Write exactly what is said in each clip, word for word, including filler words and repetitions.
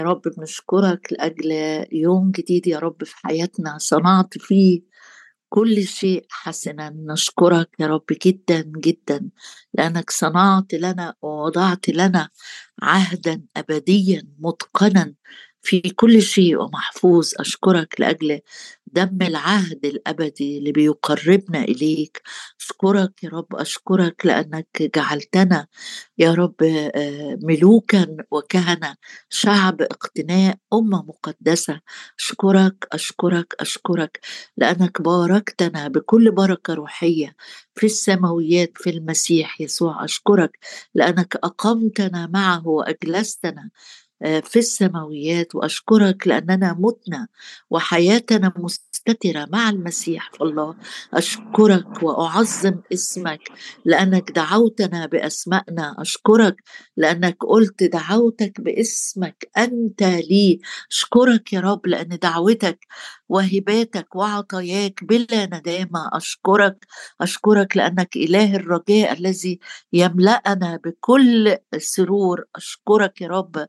رب بنشكرك لأجل يوم جديد يا رب في حياتنا صنعت فيه كل شيء حسنا. نشكرك يا رب جدا جدا لأنك صنعت لنا ووضعت لنا عهدا أبديا متقنا في كل شيء ومحفوظ. أشكرك لأجل دم العهد الأبدي اللي بيقربنا إليك. أشكرك يا رب، أشكرك لأنك جعلتنا يا رب آه، ملوكا وكهنة، شعب اقتناء، أمة مقدسة. أشكرك أشكرك أشكرك لأنك باركتنا بكل بركة روحية في السماويات في المسيح يسوع. أشكرك لأنك أقمتنا معه وأجلستنا في السماويات. وأشكرك لأننا متنا وحياتنا مستترة مع المسيح في الله. أشكرك وأعظم اسمك لأنك دعوتنا بأسمائنا. أشكرك لأنك قلت دعوتك باسمك أنت لي. أشكرك يا رب لأن دعوتك وهباتك وعطاياك بلا ندامة. أشكرك أشكرك لأنك إله الرجاء الذي يملأنا بكل سرور. أشكرك يا رب،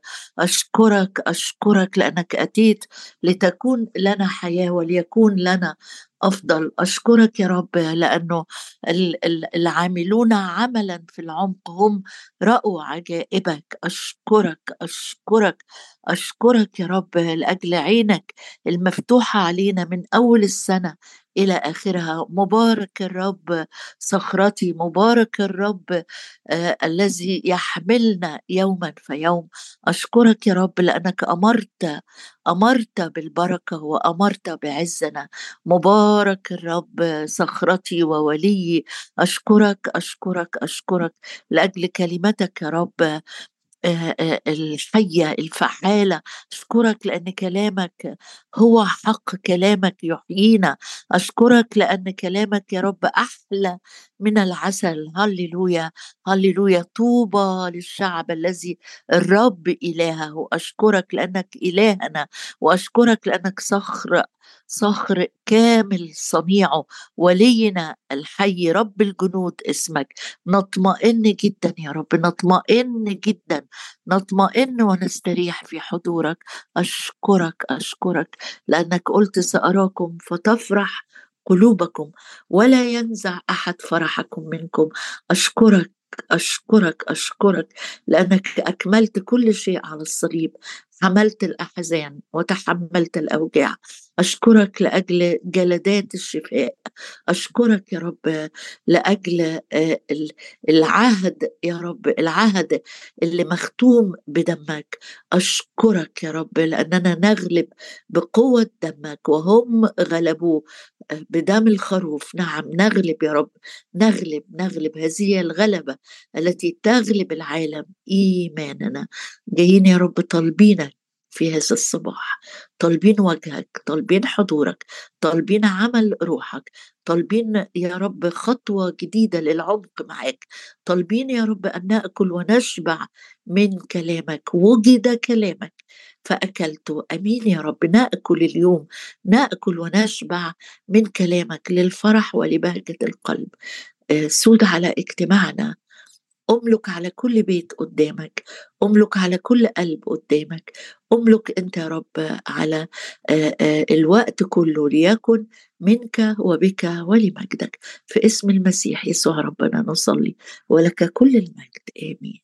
أشكرك أشكرك لأنك أتيت لتكون لنا حياة وليكون لنا أفضل. أشكرك يا رب لأنه ال- ال- العاملون عملا في العمق هم رأوا عجائبك. أشكرك أشكرك أشكرك يا رب لأجل عينك المفتوحة علينا من أول السنة إلى آخرها. مبارك الرب صخرتي، مبارك الرب آه الذي يحملنا يوما فيوم. أشكرك يا رب لأنك أمرت أمرت بالبركة وأمرت بعزنا. مبارك الرب صخرتي ووليي. أشكرك أشكرك أشكرك لأجل كلمتك يا رب آه، آه، الحية الفعالة. أشكرك لأن كلامك هو حق، كلامك يحيينا. أشكرك لأن كلامك يا رب أحلى من العسل. هللويا هللويا. طوبى للشعب الذي الرب إلهه. أشكرك لأنك إلهنا، وأشكرك لأنك صخر صخر كامل صنيعه، ولينا الحي رب الجنود اسمك. نطمئن جدا يا رب، نطمئن جدا، نطمئن ونستريح في حضورك. أشكرك أشكرك لأنك قلت سأراكم فتفرح قلوبكم ولا ينزع أحد فرحكم منكم. أشكرك أشكرك أشكرك لأنك أكملت كل شيء على الصليب، حملت الأحزان وتحملت الأوجاع. أشكرك لأجل جلدات الشفاء. أشكرك يا رب لأجل آه، ال- العهد يا رب، العهد اللي مختوم بدمك. أشكرك يا رب لأننا نغلب بقوة دمك وهم غلبوا بدم الخروف. نعم نغلب يا رب، نغلب نغلب هذه الغلبة التي تغلب العالم إيماننا. جايين يا رب طالبينك في هذا الصباح، طالبين وجهك، طالبين حضورك، طالبين عمل روحك، طالبين يا رب خطوة جديدة للعمق معاك، طالبين يا رب أن نأكل ونشبع من كلامك. وجد كلامك فأكلته. أمين يا رب، نأكل اليوم، نأكل ونشبع من كلامك للفرح ولبهجة القلب. آه، سود على اجتماعنا، أملك على كل بيت قدامك، أملك على كل قلب قدامك، أملك أنت يا رب على آه، آه، الوقت كله، ليكن منك وبك ولمجدك. في اسم المسيح يسوع ربنا نصلي، ولك كل المجد. آمين.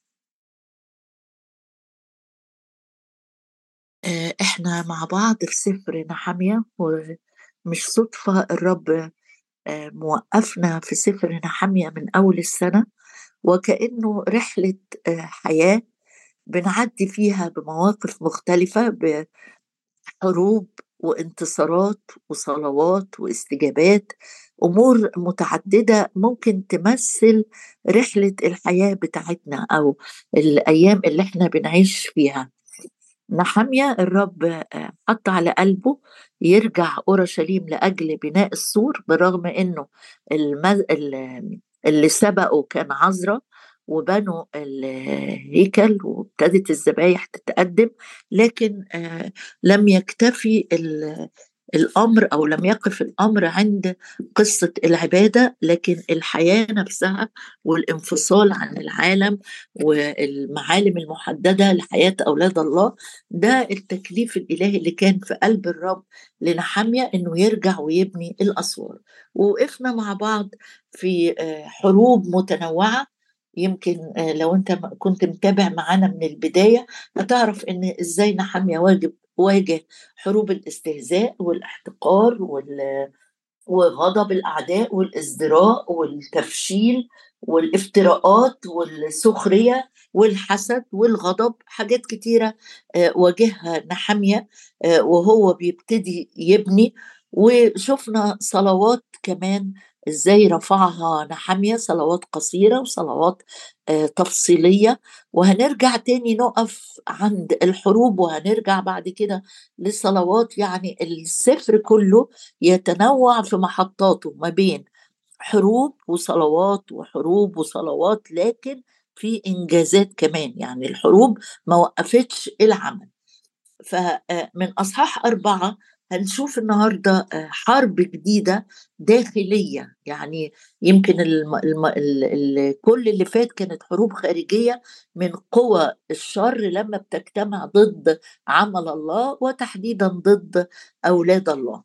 آه، احنا مع بعض في سفر نحمية، ومش صدفة الرب آه، موقفنا في سفر نحمية من أول السنة، وكأنه رحلة آه، حياة بنعدي فيها بمواقف مختلفة، بحروب وانتصارات وصلوات واستجابات، أمور متعددة ممكن تمثل رحلة الحياة بتاعتنا أو الأيام اللي احنا بنعيش فيها. نحميا الرب آه، حط على قلبه يرجع أورشليم لأجل بناء السور، برغم أنه المز... ال- اللي سبقه كان عزرا وبنوا الهيكل وابتدت الذبايح تتقدم، لكن آه، لم يكتفي ال- الأمر أو لم يقف الأمر عند قصة العبادة، لكن الحياة نفسها والانفصال عن العالم والمعالم المحددة لحياة أولاد الله. ده التكليف الإلهي اللي كان في قلب الرب لنحمية، إنه يرجع ويبني الأسوار. ووقفنا مع بعض في آه، حروب متنوعة. يمكن آه، لو انت م- كنت متابع معانا من البداية هتعرف ان ازاي نحمية واجب واجه حروب الاستهزاء والاحتقار وال- وغضب الأعداء والازدراء والتفشيل والافتراءات والسخرية والحسد والغضب، حاجات كتيرة آه، واجهها نحمية آه، وهو بيبتدي يبني. وشفنا صلوات كمان ازاي رفعها نحمية، صلوات قصيرة وصلوات آه، تفصيلية. وهنرجع تاني نقف عند الحروب، وهنرجع بعد كده لصلوات. يعني السفر كله يتنوع في محطاته ما بين حروب وصلوات وحروب وصلوات، لكن في إنجازات كمان. يعني الحروب ما وقفتش العمل. فمن أصحاح أربعة هنشوف النهاردة آه، حرب جديدة داخلية. يعني يمكن الم... الم... ال... ال... كل اللي فات كانت حروب خارجية من قوى الشر لما بتجتمع ضد عمل الله، وتحديدا ضد أولاد الله.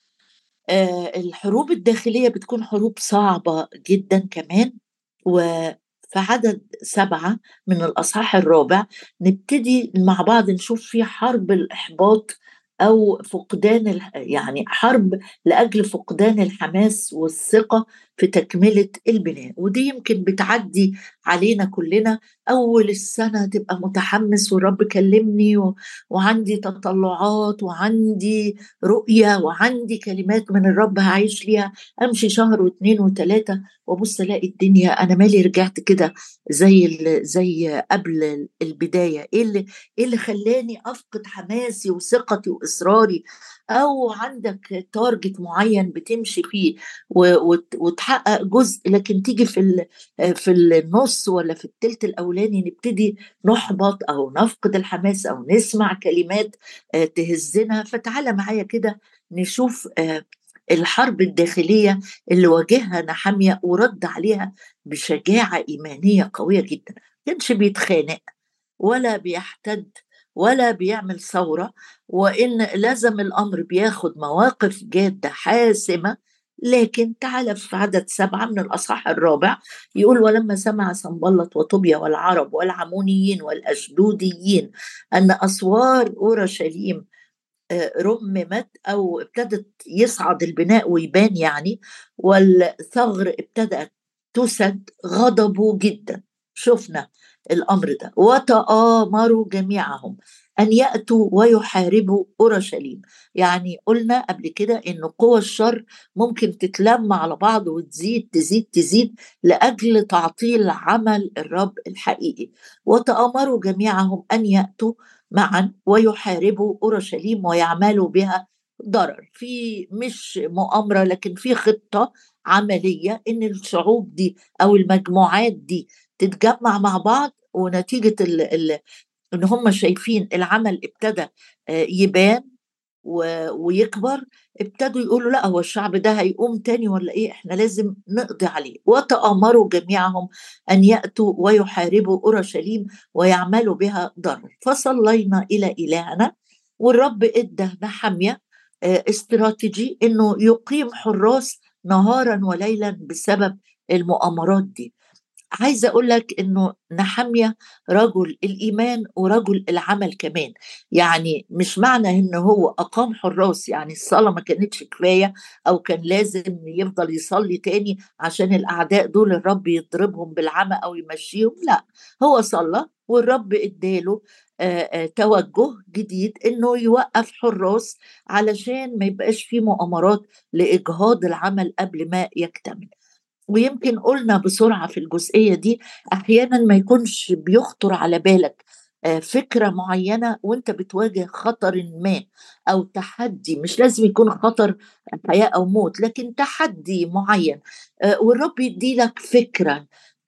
آه، الحروب الداخلية بتكون حروب صعبة جدا كمان. وفي عدد سبعة من الأصحاح الرابع نبتدي مع بعض نشوف فيه حرب الإحباط أو فقدان الح... يعني حرب لأجل فقدان الحماس والثقة في تكملة البناء. ودي يمكن بتعدي علينا كلنا. أول السنة تبقى متحمس والرب كلمني و... وعندي تطلعات وعندي رؤية وعندي كلمات من الرب هعيش ليها. امشي شهر واثنين وثلاثة وابص الاقي الدنيا انا مالي رجعت كده زي ال- زي قبل البداية. ايه اللي ايه اللي خلاني افقد حماسي وثقتي واصراري؟ او عندك تارجت معين بتمشي فيه و- وت- وتحقق جزء، لكن تيجي في ال- في النص ولا في التلت الاولاني نبتدي نحبط او نفقد الحماس او نسمع كلمات آه، تهزنا. فتعالى معايا كده نشوف آه، الحرب الداخلية اللي واجهها نحمية ورد عليها بشجاعة إيمانية قوية جدا. كانش بيتخانق ولا بيحتد ولا بيعمل ثورة، وإن لازم الأمر بياخد مواقف جادة حاسمة. لكن تعالى في عدد سبعة من الأصحاح الرابع يقول: ولما سمع سنبلط وطوبيا والعرب والعمونيين والأشدوديين أن أسوار أورشليم آه، رممت أو ابتدت يصعد البناء ويبان يعني، والثغر ابتدأت تسد، غضبوا جدا. شفنا الأمر ده. وتآمروا جميعهم أن يأتوا ويحاربوا أورشليم. يعني قلنا قبل كده إن قوى الشر ممكن تتلم على بعض وتزيد تزيد تزيد لأجل تعطيل عمل الرب الحقيقي. وتآمروا جميعهم أن يأتوا معا ويحاربوا أورشليم ويعملوا بها ضرر. في مش مؤامرة لكن في خطة عملية إن الشعوب دي أو المجموعات دي تتجمع مع بعض، ونتيجة ال ال إن هم شايفين العمل ابتدى آه، يبان و- ويكبر، ابتدوا يقولوا لا هو الشعب ده هيقوم تاني ولا ايه، احنا لازم نقضي عليه. وتآمروا جميعهم ان يأتوا ويحاربوا اورشليم ويعملوا بها ضرر. فصلينا الى الهنا، والرب ادى نحمية آه، استراتيجي انه يقيم حراس نهارا وليلا بسبب المؤامرات دي. عايزة أقول لك إنه نحمية رجل الإيمان ورجل العمل كمان. يعني مش معنى إنه هو أقام حراس يعني الصلاة ما كانتش كفاية أو كان لازم يفضل يصلي تاني عشان الأعداء دول الرب يضربهم بالعمى أو يمشيهم. لا، هو صلى والرب إداله آه، آه، توجه جديد إنه يوقف حراس علشان ما يبقاش فيه مؤامرات لإجهاض العمل قبل ما يكتمل. ويمكن قلنا بسرعة في الجزئية دي، أحيانا ما يكونش بيخطر على بالك آه، فكرة معينة وانت بتواجه خطر ما أو تحدي. مش لازم يكون خطر حياة أو موت، لكن تحدي معين آه، والرب يدي لك فكرة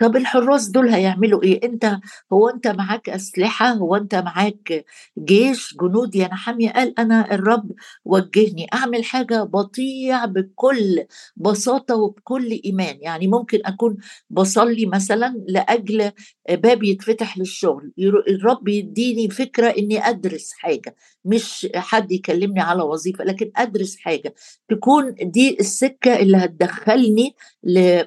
طب الحراس دول هيعملوا ايه؟ انت هو انت معاك اسلحه؟ هو انت معاك جيش جنود؟ يا نحمية قال انا الرب وجهني اعمل حاجه بطيع بكل بساطه وبكل ايمان. يعني ممكن اكون بصلي مثلا لاجل باب يتفتح للشغل، ير- الرب يديني فكره اني ادرس حاجه، مش حد يكلمني على وظيفه لكن ادرس حاجه تكون دي السكه اللي هتدخلني ل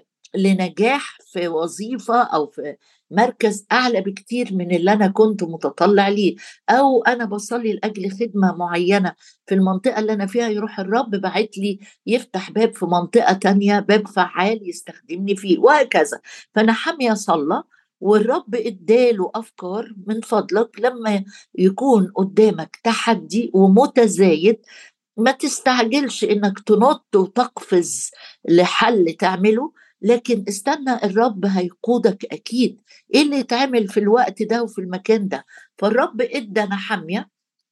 لنجاح في وظيفة أو في مركز أعلى بكتير من اللي أنا كنت متطلع ليه. أو أنا بصلي لأجل خدمة معينة في المنطقة اللي أنا فيها، يروح الرب بعت لي يفتح باب في منطقة تانية، باب فعال يستخدمني فيه، وهكذا. فأنا حامية صلى والرب اداله أفكار. من فضلك لما يكون قدامك تحدي ومتزايد، ما تستعجلش انك تنط وتقفز لحل تعمله، لكن استنى الرب هيقودك اكيد ايه اللي يتعمل في الوقت ده وفي المكان ده. فالرب ادى نحمية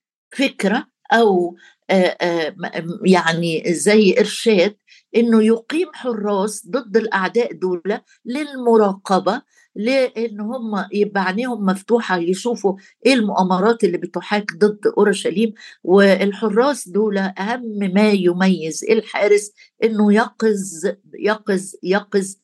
فكرة أو آه، آه، م- يعني زي إرشاد إنه يقيم حراس ضد الأعداء دول للمراقبة، لأن هم يبقى عينيهم مفتوحة يشوفوا إيه المؤامرات اللي بتحاك ضد أورشليم. والحراس دول أهم ما يميز الحارس إنه يقظ يقظ يقظ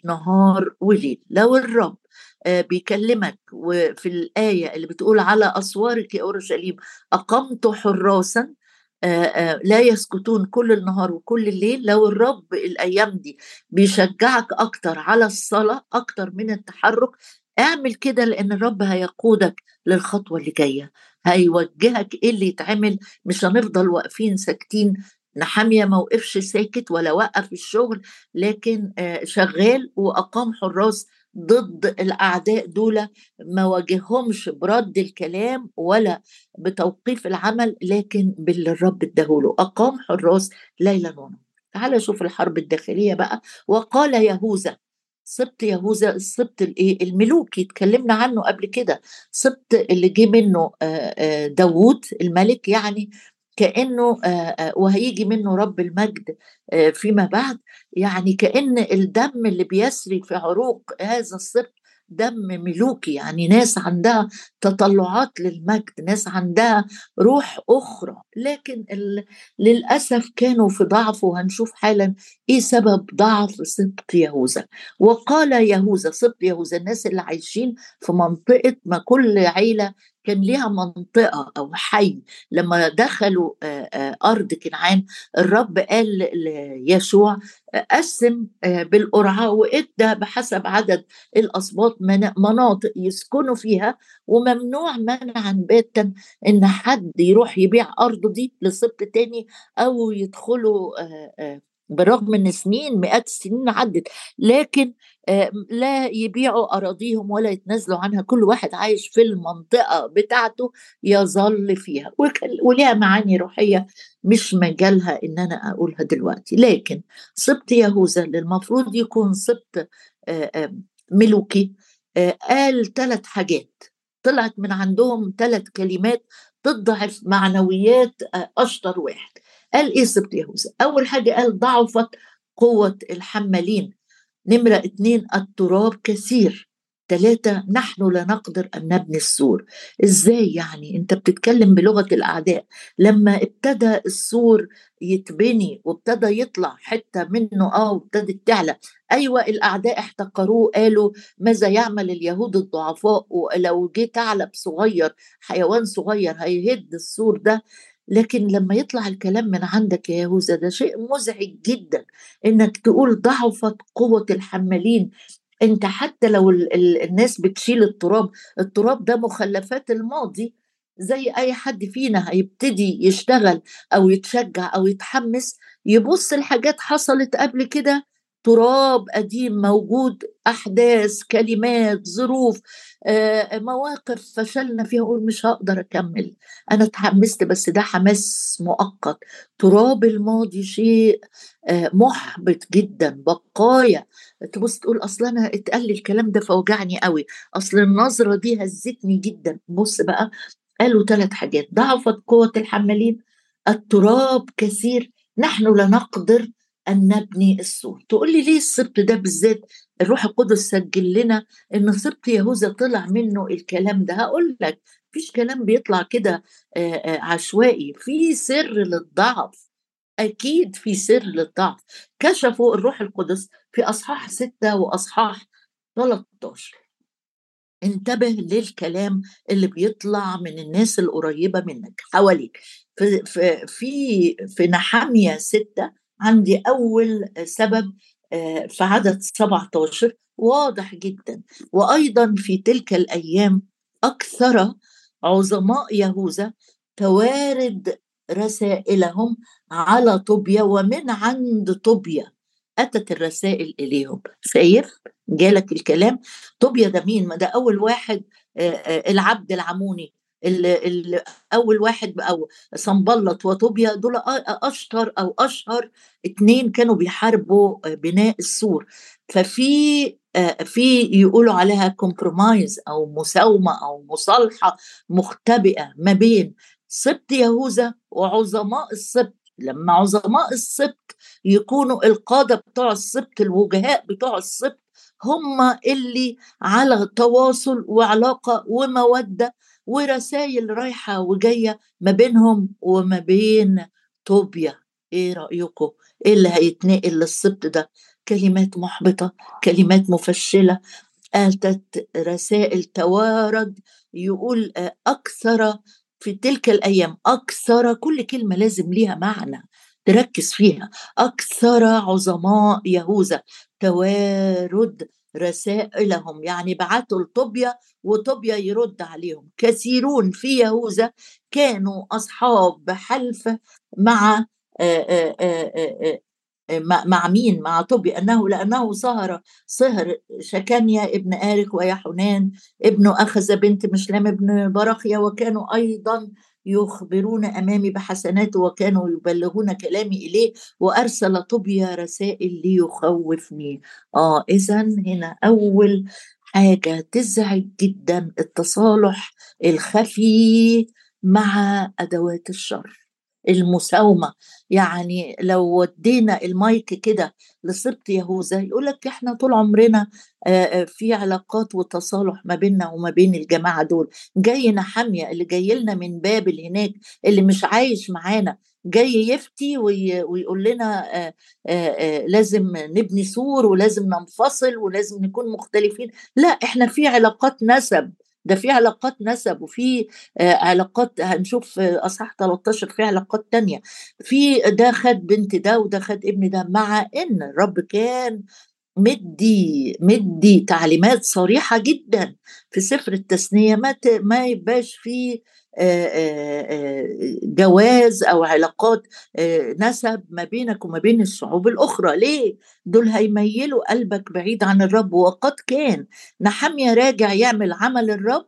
نهار وليل. لو الرب آه، بيكلمك وفي الآية اللي بتقول على أسوارك يا أورشليم أقمت حراسا آه، آه، لا يسكتون كل النهار وكل الليل، لو الرب الأيام دي بيشجعك أكتر على الصلاة أكتر من التحرك، اعمل كده، لأن الرب هيقودك للخطوة اللي جاية، هيوجهك إيه اللي يتعمل. مش هنفضل واقفين ساكتين. نحمية ما وقفش ساكت ولا وقف الشغل، لكن آه، شغال وأقام حراس ضد الأعداء دول. ما واجههمش برد الكلام ولا بتوقيف العمل، لكن باللي الرب اداهوله أقام حراس ليلا ونهارا. تعال شوف الحرب الداخلية بقى. وقال يهوذا، سبط يهوذا السبط الايه الملوكي اتكلمنا عنه قبل كده، سبط اللي جه منه آه، آه، داوود الملك، يعني كأنه آه، آه، وهيجي منه رب المجد آه، فيما بعد. يعني كأن الدم اللي بيسري في عروق هذا السبط دم ملوكي، يعني ناس عندها تطلعات للمجد، ناس عندها روح أخرى. لكن ال... للأسف كانوا في ضعف، وهنشوف حالا إيه سبب ضعف سبط يهوذا. وقال يهوذا، سبط يهوذا الناس اللي عايشين في منطقة، ما كل عيلة كان ليها منطقة أو حي. لما دخلوا آه، آه، أرض كنعان، الرب قال ليشوع آه، قسم آه، بالقرعة وإدى بحسب عدد الأسباط من- مناطق يسكنوا فيها، وممنوع منعا باتا إن حد يروح يبيع أرضه دي لسبط تاني أو يدخلوا آه، آه، بالرغم ان سنين مئات السنين عدت، لكن آه، لا يبيعوا اراضيهم ولا يتنازلوا عنها. كل واحد عايش في المنطقه بتاعته يظل فيها، وكل- وليها معاني روحيه مش مجالها ان انا اقولها دلوقتي. لكن سبط يهوذا اللي المفروض يكون سبط آه، آه، ملوكي، آه، قال ثلاث حاجات، طلعت من عندهم ثلاث كلمات تضعف معنويات آه، اشطر واحد. قال ايه سبط يهوذا؟ اول حاجه قال ضعفت قوه الحمالين. نمرة اتنين التراب كثير. تلاتة نحن لا نقدر أن نبني السور. إزاي يعني؟ أنت بتتكلم بلغة الأعداء. لما ابتدى السور يتبني وابتدى يطلع حتة منه آه وابتدت تعلى، أيوة الأعداء احتقروه، قالوا ماذا يعمل اليهود الضعفاء، ولو جه ثعلب صغير حيوان صغير هيهد السور ده. لكن لما يطلع الكلام من عندك يا يهوذا ده شيء مزعج جدا، انك تقول ضعفت قوة الحمالين. انت حتى لو ال ال الناس بتشيل التراب، التراب ده مخلفات الماضي. زي اي حد فينا هيبتدي يشتغل او يتشجع او يتحمس، يبص لحاجات حصلت قبل كده، تراب قديم موجود، احداث كلمات ظروف آه، مواقف فشلنا فيها، اقول مش هقدر اكمل، انا اتحمست بس ده حماس مؤقت. تراب الماضي شيء آه، محبط جدا، بقايا. تبص تقول اصل انا اتقال لي الكلام ده فوجعني قوي، اصل النظره دي هزتني جدا. بص بقى، قالوا ثلاث حاجات: ضعفت قوه الحمالين، التراب كثير، نحن لا نقدر ان نبني السور. تقول لي ليه السبت ده بالذات الروح القدس سجل لنا ان سبط يهوذا طلع منه الكلام ده. هقول لك مفيش كلام بيطلع كده آه، آه، عشوائي، في سر للضعف، اكيد في سر للضعف. كشفوا الروح القدس في اصحاح ستة واصحاح ثلاثة عشر. انتبه للكلام اللي بيطلع من الناس القريبة منك حواليك. في في في في نحمية ستة عندي أول سبب آه، في عدد سبعة عشر واضح جدا. وأيضا في تلك الأيام أكثر عظماء يهوذا توارد رسائلهم على طوبيا، ومن عند طوبيا أتت الرسائل إليهم. شايف جالك الكلام؟ طوبيا ده مين؟ ما ده اول واحد آه، آه، العبد العموني، اللي اول واحد، او صنبلط وطوبيا دول اشطر او اشهر اتنين كانوا بيحاربوا آه، بناء السور. ففي آه، في يقولوا عليها كومبرومايز او مساومه او مصالحه مختبئه ما بين سبط يهوذا وعظماء السبط. لما عظماء السبط يكونوا القاده بتوع السبط، الوجهاء بتوع السبط، هم اللي على تواصل وعلاقة ومودة ورسائل رايحة وجاية ما بينهم وما بين طوبيا. ايه رأيكم؟ ايه اللي هيتنقل للسبط ده؟ كلمات محبطة، كلمات مفشلة، آتت رسائل توارد. يقول آه، أكثر في تلك الأيام، أكثر كل كلمة لازم ليها معنى تركز فيها. أكثر عظماء يهوذا توارد رسائلهم، يعني بعتوا لطوبيا وطوبيا يرد عليهم. كثيرون في يهوذا كانوا أصحاب حلف مع آآ آآ آآ مع مع مين؟ مع طوبيا، أنه لأنه سهر سهر شكنيا ابن آرك ويحنان ابن أخذ بنت مشلام ابن برخيا، وكانوا أيضا يخبرون أمامي بحسناته وكانوا يبلغون كلامي إليه، وأرسل طوبيا رسائل ليخوفني. آه إذا هنا أول حاجة تزعج جدا التصالح الخفي مع أدوات الشر، المساومة. يعني لو ودينا المايك كده لسبط يهوذا يقول لك احنا طول عمرنا آه، آه، في علاقات وتصالح ما بيننا وما بين الجماعة دول. جاي نحمية اللي جاي لنا من بابل هناك، اللي مش عايش معانا، جاي يفتي وي- ويقول لنا آه، آه، آه، لازم نبني سور ولازم ننفصل ولازم نكون مختلفين. لا، احنا في علاقات نسب، ده في علاقات نسب، وفي آه، علاقات هنشوف في اصحاح ثلاثة عشر في علاقات تانية. في ده خد بنت ده وده خد ابن ده، مع ان الرب كان مدي مدي تعليمات صريحة جدا في سفر التثنية، ما ت- ما يبقاش فيه آه، آه، آه، جواز او علاقات آه، نسب ما بينك وما بين الشعوب الاخرى. ليه؟ دول هيميلوا قلبك بعيد عن الرب. وقد كان نحميا راجع يعمل عمل الرب،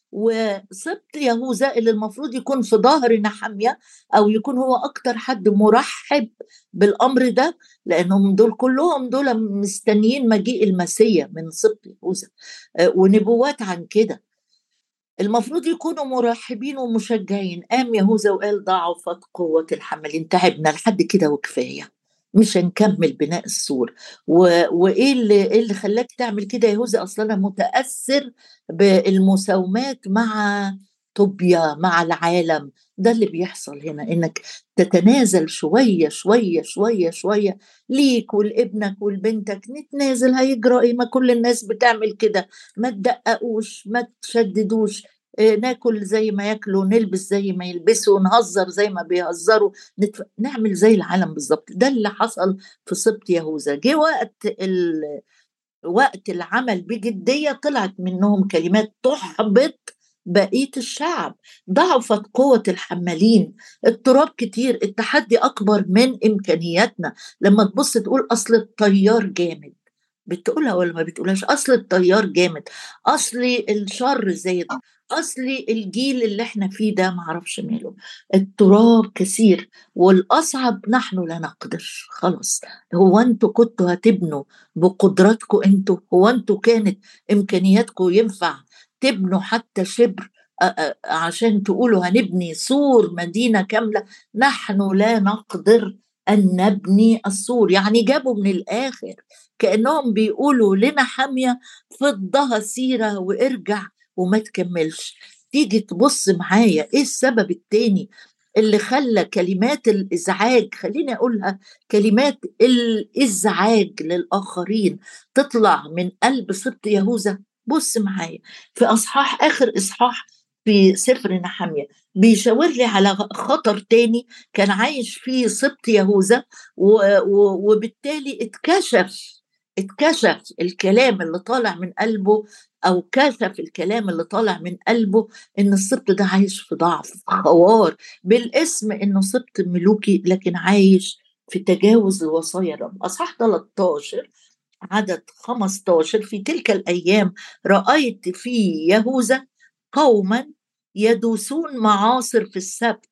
وسبط يهوذا اللي المفروض يكون في ظهر نحميا، او يكون هو اكتر حد مرحب بالامر ده، لانهم دول كلهم دول مستنيين مجيء المسيح من سبط يهوذا. آه، ونبوات عن كده المفروض يكونوا مرحبين ومشجعين. قام يهوذا وقال ضعفت قوة الحملين، تعبنا لحد كده وكفاية، مش هنكمل بناء السور. و... وايه اللي إيه اللي خلاك تعمل كده يهوذا؟ اصلا انا متاثر بالمساومات مع طوبيا، مع العالم. ده اللي بيحصل هنا، انك تتنازل شويه شويه شويه شويه ليك ولابنك ولبنتك. نتنازل، هيجرى ايه؟ ما كل الناس بتعمل كده. ما تدققوش، ما تشددوش، آه، ناكل زي ما ياكلوا، نلبس زي ما يلبسوا، نهزر زي ما بيهزروا، نتف... نعمل زي العالم بالظبط. ده اللي حصل في سبط يهوذا. جه وقت ال... وقت العمل بجدية طلعت منهم كلمات تحبط بقية الشعب. ضعفت قوة الحمالين، التراب كتير، التحدي أكبر من إمكانياتنا. لما تبص تقول أصل الطيار جامد، بتقولها ولا ما بتقولهاش؟ اصل التيار جامد، اصلي الشر زايد، اصلي الجيل اللي احنا فيه ده معرفش ماله. التراب كثير، والاصعب نحن لا نقدر. خلاص، هو انتوا كنتوا هتبنوا بقدراتكم؟ انتوا هو انتوا كانت امكانياتكم ينفع تبنوا حتى شبر أ- أ- عشان تقولوا هنبني سور مدينة كاملة؟ نحن لا نقدر أن نبني السور. يعني جابوا من الآخر، كأنهم بيقولوا لنحمية فضها سيرة وارجع وما تكملش. تيجي تبص معايا إيه السبب التاني اللي خلى كلمات الإزعاج، خليني أقولها، كلمات الإزعاج للآخرين تطلع من قلب سبط يهوذا؟ بص معايا في أصحاح، آخر إصحاح في سفر نحمية، بيشاور لي على خطر تاني كان عايش فيه سبط يهوذا، و- و- وبالتالي اتكشف اتكشف الكلام اللي طالع من قلبه، او كشف الكلام اللي طالع من قلبه، ان السبط ده عايش في ضعف، خوار، بالاسم انه سبط ملوكي لكن عايش في تجاوز لوصايا الرب. اصحاح تلتاشر عدد خمستاشر: في تلك الايام رايت في يهوذا قوما يدوسون معاصر في السبت،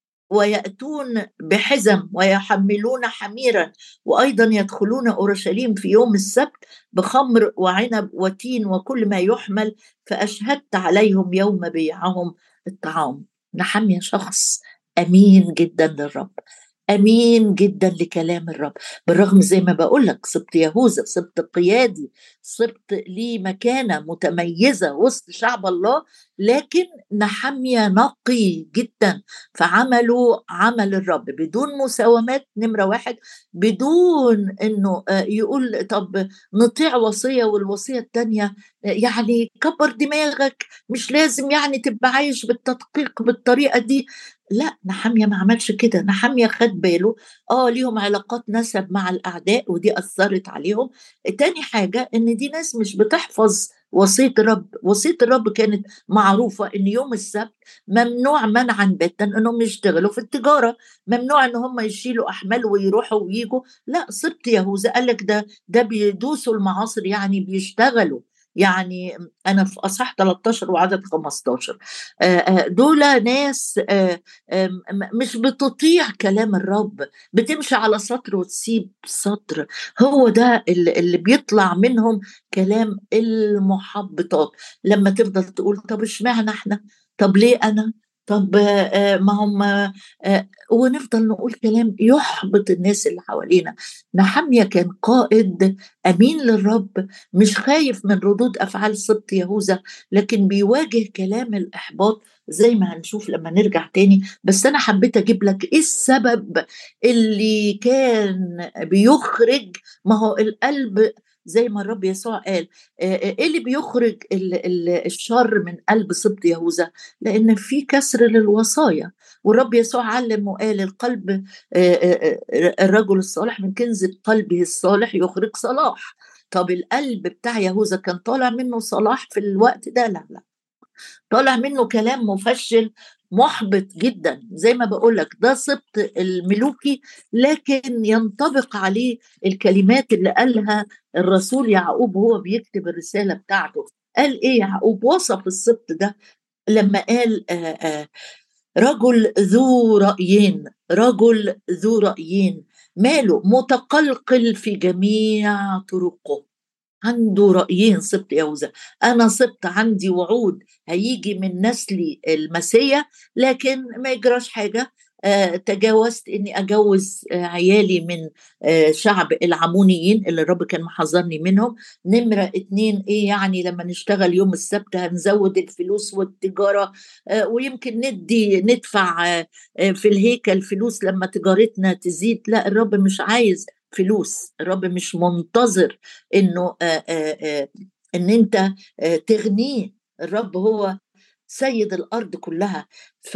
ويأتون بحزم ويحملون حميرا، وأيضا يدخلون أورشليم في يوم السبت بخمر وعنب وتين وكل ما يحمل، فأشهدت عليهم يوم بيعهم الطعام. نحميا شخص أمين جدا للرب، أمين جدا لكلام الرب، بالرغم زي ما بقول لك سبط يهوذا سبط قيادي، سبط ليه مكانة متميزة وسط شعب الله، لكن نحميا نقي جدا. فعملوا عمل الرب بدون مساومات، نمرة واحد، بدون انه آه، يقول طب نطيع وصية والوصية التانية آه، يعني كبر دماغك، مش لازم يعني تبقى عايش بالتدقيق بالطريقة دي. لا، نحمية ما عملش كده. نحمية خد باله، اه ليهم علاقات نسب مع الأعداء ودي أثرت عليهم. تاني حاجة ان دي ناس مش بتحفظ وصية الرب. وصية الرب كانت معروفة ان يوم السبت ممنوع منعا باتا انهم يشتغلوا في التجاره، ممنوع ان هم يشيلوا احمال ويروحوا ويجوا. لا، سبط يهوذا قال لك ده ده بيدوسوا المعاصر، يعني بيشتغلوا. يعني انا في اصح تلتاشر وعدد خمستاشر، آه، آه، دول ناس آه، آه، م- مش بتطيع كلام الرب، بتمشي على سطر وتسيب سطر. هو ده اللي اللي بيطلع منهم كلام المحبطات. لما تفضل تقول طب اشمعنى احنا، طب ليه انا، طب آه، ما هم آه، ونفضل نقول كلام يحبط الناس اللي حوالينا. نحمية كان قائد امين للرب، مش خايف من ردود افعال سبط يهوذا، لكن بيواجه كلام الاحباط زي ما هنشوف لما نرجع تاني. بس انا حبيت اجيب لك ايه السبب اللي كان بيخرج. ما هو القلب زي ما الرب يسوع قال، آه، آه، ايه اللي بيخرج ال- ال- الشر من قلب سبط يهوذا؟ لان في كسر للوصايا. والرب يسوع علم وقال القلب، آه، آه، آه، الرجل الصالح من كنز قلبه الصالح يخرج صلاح. طب القلب بتاع يهوذا كان طالع منه صلاح في الوقت ده؟ لا لا، طالع منه كلام مفشل محبط جدا. زي ما بقولك ده سبط الملوكي، لكن ينطبق عليه الكلمات اللي قالها الرسول يعقوب وهو بيكتب الرسالة بتاعته. قال ايه يعقوب؟ وصف السبط ده لما قال آآ آآ رجل ذو رأيين، رجل ذو رأيين، ماله متقلقل في جميع طرقه. عنده رأيين سبط يهوذا. أنا سبط عندي وعود هيجي من نسلي المسيا، لكن ما يجراش حاجة. آه تجاوزت اني اجوز آه عيالي من آه شعب العمونيين اللي الرب كان محذرني منهم. نمرة اتنين، ايه يعني لما نشتغل يوم السبت هنزود الفلوس والتجارة، آه ويمكن ندي ندفع آه آه في الهيكل فلوس لما تجارتنا تزيد. لا، الرب مش عايز فلوس، الرب مش منتظر انه آآ آآ ان انت آآ تغنيه. الرب هو سيد الارض كلها.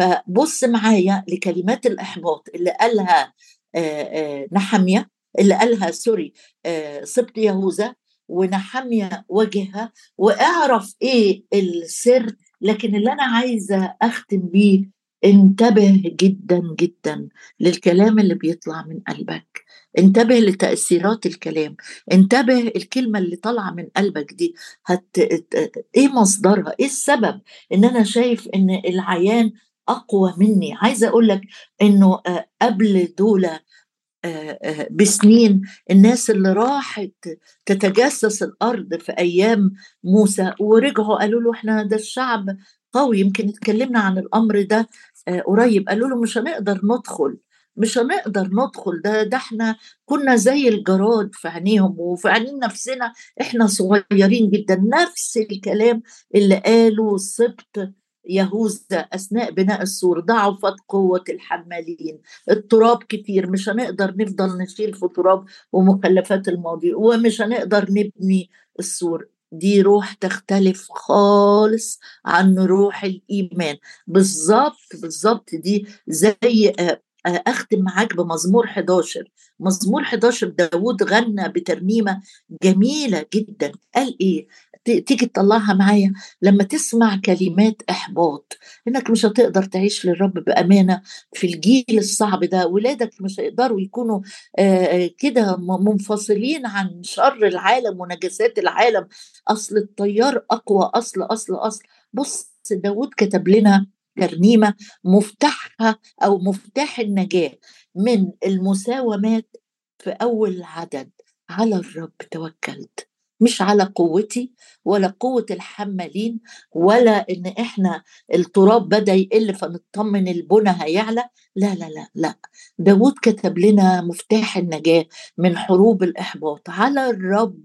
فبص معايا لكلمات الاحباط اللي قالها آآ آآ نحمية، اللي قالها سوري آآ سبط يهوذا، ونحمية واجهها واعرف ايه السر. لكن اللي انا عايزه اختم بيه، انتبه جدا جدا للكلام اللي بيطلع من قلبك، انتبه لتأثيرات الكلام، انتبه الكلمة اللي طالعة من قلبك دي هت... ايه مصدرها، ايه السبب ان انا شايف ان العيان اقوى مني. عايزة اقول لك انه آه، قبل دولة آه، آه، بسنين، الناس اللي راحت تتجسس الارض في ايام موسى ورجعوا قالوا له احنا ده الشعب قوي، يمكن اتكلمنا عن الامر ده آه، قريب، قالوا له مش هنقدر ندخل مش هنقدر ندخل. ده ده احنا كنا زي الجراد في عينيهم وفي عينين نفسنا، احنا صغيرين جدا. نفس الكلام اللي قاله سبط يهوذا أثناء بناء السور: ضعفت قوة الحمالين، التراب كتير، مش هنقدر نفضل نشيل في تراب ومخلفات الماضي، ومش هنقدر نبني السور. دي روح تختلف خالص عن روح الإيمان. بالظبط بالظبط. دي زي آه، آه، أختم معاك بمزمور حداشر. مزمور حداشر داود غنى بترنيمة جميلة جدا. قال إيه؟ ت- تيجي تطلعها معايا. لما تسمع كلمات إحباط إنك مش هتقدر تعيش للرب بأمانة في الجيل الصعب ده، ولادك مش هيقدروا يكونوا آه، آه، كده م- منفصلين عن شر العالم ونجاسات العالم. أصل الطيار أقوى. أصل أصل أصل بص، داود كتب لنا ترنيمة مفتاحها أو مفتاح النجاة من المساومات في أول عدد: على الرب توكلت، مش على قوتي ولا قوة الحمالين، ولا إن إحنا التراب بدأ يقل فنطمن البنى هيعلى. لا لا لا لا. داود كتب لنا مفتاح النجاة من حروب الإحباط: على الرب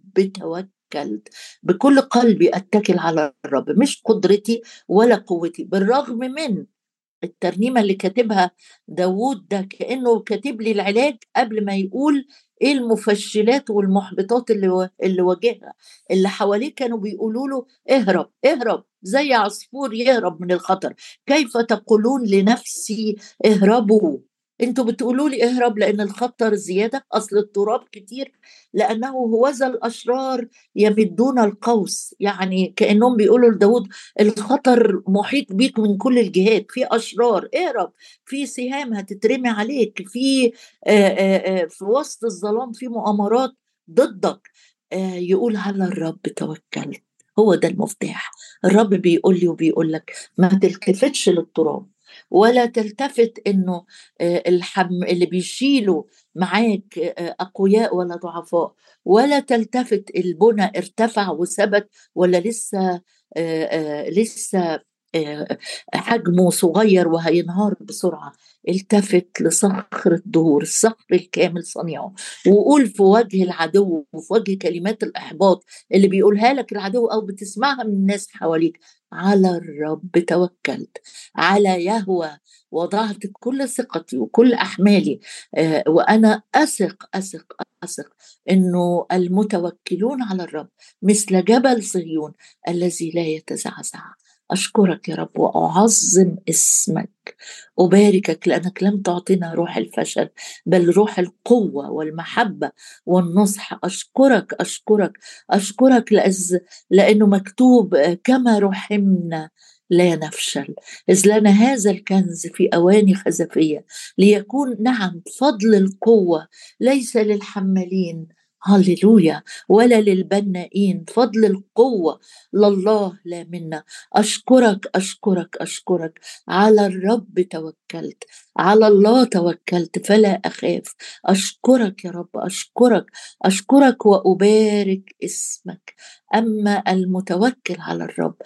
توكلت، بكل قلبي أتكل على الرب، مش قدرتي ولا قوتي. بالرغم من الترنيمة اللي كاتبها داوود ده كأنه كاتب لي العلاج قبل ما يقول ايه المفشلات والمحبطات اللي و... اللي واجهها. اللي حواليه كانوا بيقولوا له: اهرب اهرب زي عصفور يهرب من الخطر. كيف تقولون لنفسي اهربوا؟ انتوا بتقولوا لي اهرب لان الخطر زيادة، اصل التراب كتير، لانه هوذا الاشرار يمدون القوس. يعني كأنهم بيقولوا لداود: الخطر محيط بيك من كل الجهات، في أشرار اهرب، في سهام هتترمي عليك، في آآ آآ في وسط الظلام في مؤامرات ضدك. آآ يقول: على الرب توكلت. هو ده المفتاح. الرب بيقول لي وبيقول لك: ما تلتفتش للتراب، ولا تلتفت انه آه، الحم اللي بيشيلوا معاك آه، اقوياء ولا ضعفاء، ولا تلتفت البنى ارتفع وثبت ولا لسه آه، آه، لسه آه، حجمه صغير وهينهار بسرعة. التفت لصخر الدهور، الصخر الكامل صنيعه، وقول في وجه العدو وفي وجه كلمات الإحباط اللي بيقولها لك العدو أو بتسمعها من الناس حواليك: على الرب توكلت، على يهوه وضعت كل ثقتي وكل أحمالي. آه، وأنا أثق أثق أثق إنه المتوكلون على الرب مثل جبل صهيون الذي لا يتزعزع. أشكرك يا رب وأعظم اسمك، أباركك لأنك لم تعطينا روح الفشل بل روح القوة والمحبة والنصح. أشكرك أشكرك أشكرك لأز لأنه مكتوب: كما رحمنا لا نفشل، إذ لنا هذا الكنز في أواني خزفية، ليكون نعم فضل القوة ليس للحمالين، هللويا، ولا للبنائين. فضل القوة لله لا منا. أشكرك أشكرك أشكرك. على الرب توكلت، على الله توكلت فلا أخاف. أشكرك يا رب أشكرك أشكرك وأبارك اسمك. أما المتوكل على الرب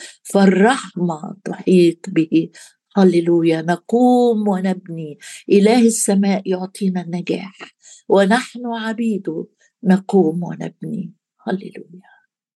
فالرحمة تحيط به. هللويا. نقوم ونبني، إله السماء يعطينا النجاح ونحن عبيده نقوم ونبني. هللويا.